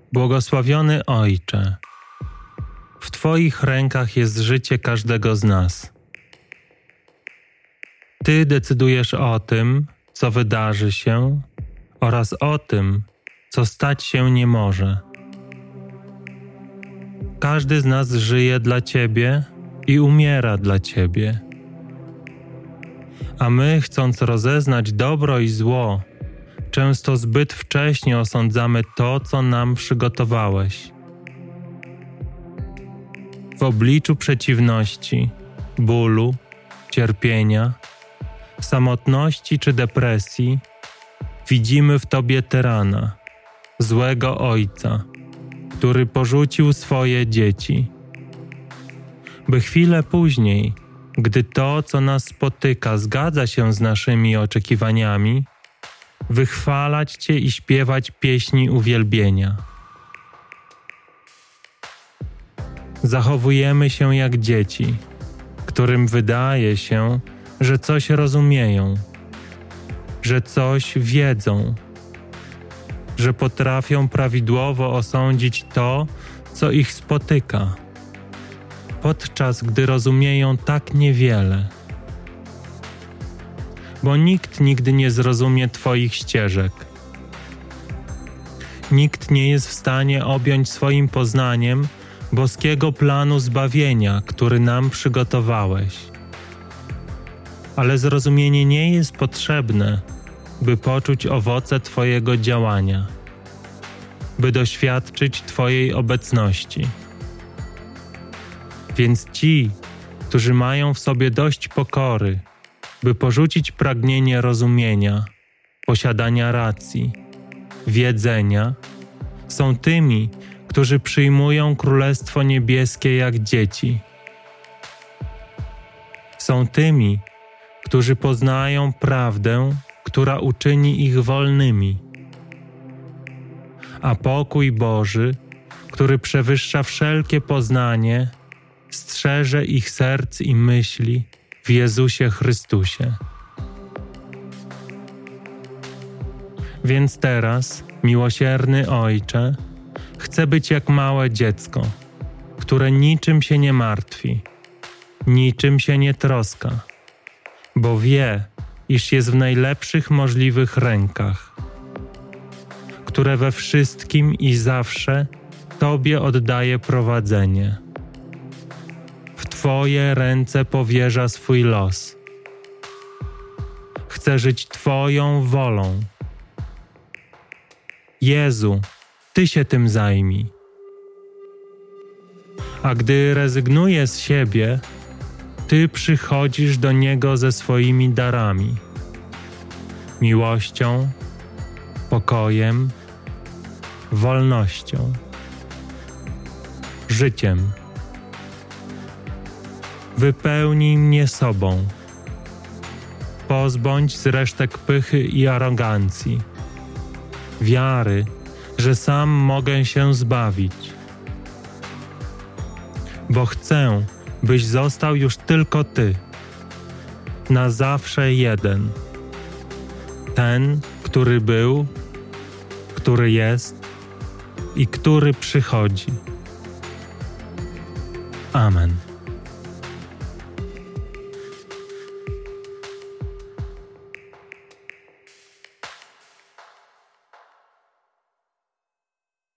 Błogosławiony Ojcze, w Twoich rękach jest życie każdego z nas. Ty decydujesz o tym, co wydarzy się, oraz o tym, co stać się nie może. Każdy z nas żyje dla Ciebie i umiera dla Ciebie. A my, chcąc rozeznać dobro i zło, często zbyt wcześnie osądzamy to, co nam przygotowałeś. W obliczu przeciwności, bólu, cierpienia, samotności czy depresji widzimy w Tobie tyrana, złego ojca, który porzucił swoje dzieci, by chwilę później, gdy to, co nas spotyka, zgadza się z naszymi oczekiwaniami, wychwalać Cię i śpiewać pieśni uwielbienia. Zachowujemy się jak dzieci, którym wydaje się, że coś rozumieją, że coś wiedzą, że potrafią prawidłowo osądzić to, co ich spotyka, podczas gdy rozumieją tak niewiele. Bo nikt nigdy nie zrozumie Twoich ścieżek. Nikt nie jest w stanie objąć swoim poznaniem boskiego planu zbawienia, który nam przygotowałeś. Ale zrozumienie nie jest potrzebne, by poczuć owoce Twojego działania, by doświadczyć Twojej obecności. Więc ci, którzy mają w sobie dość pokory, by porzucić pragnienie rozumienia, posiadania racji, wiedzenia, są tymi, którzy przyjmują Królestwo Niebieskie jak dzieci. Są tymi, którzy poznają prawdę, która uczyni ich wolnymi. A pokój Boży, który przewyższa wszelkie poznanie, strzeże ich serc i myśli w Jezusie Chrystusie. Więc teraz, miłosierny Ojcze, chcę być jak małe dziecko, które niczym się nie martwi, niczym się nie troska, bo wie, iż jest w najlepszych możliwych rękach, które we wszystkim i zawsze Tobie oddaje prowadzenie. W Twoje ręce powierza swój los. Chcę żyć Twoją wolą. Jezu, Ty się tym zajmij. A gdy rezygnuję z siebie, Ty przychodzisz do Niego ze swoimi darami, miłością, pokojem, wolnością, życiem. Wypełnij mnie sobą. Pozbądź z resztek pychy i arogancji, wiary, że sam mogę się zbawić. Bo chcę, byś został już tylko Ty, na zawsze jeden. Ten, który był, który jest i który przychodzi. Amen.